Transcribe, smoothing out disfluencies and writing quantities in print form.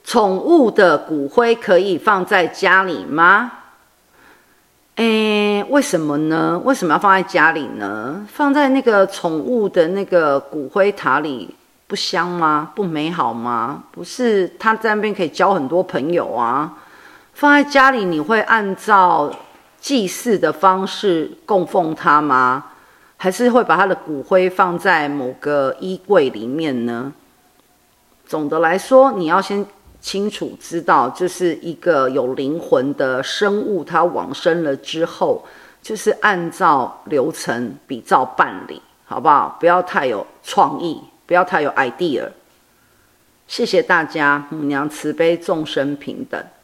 宠物的骨灰可以放在家里吗？为什么呢？为什么要放在家里呢？放在那个宠物的那个骨灰塔里不香吗？不美好吗？不是，他在那边可以交很多朋友啊。放在家里，你会按照祭祀的方式供奉他吗？还是会把他的骨灰放在某个衣柜里面呢？总的来说，你要先清楚知道，就是一个有灵魂的生物，它往生了之后，就是按照流程比照办理，好不好？不要太有创意，不要太有 idea。谢谢大家，母娘慈悲，众生平等。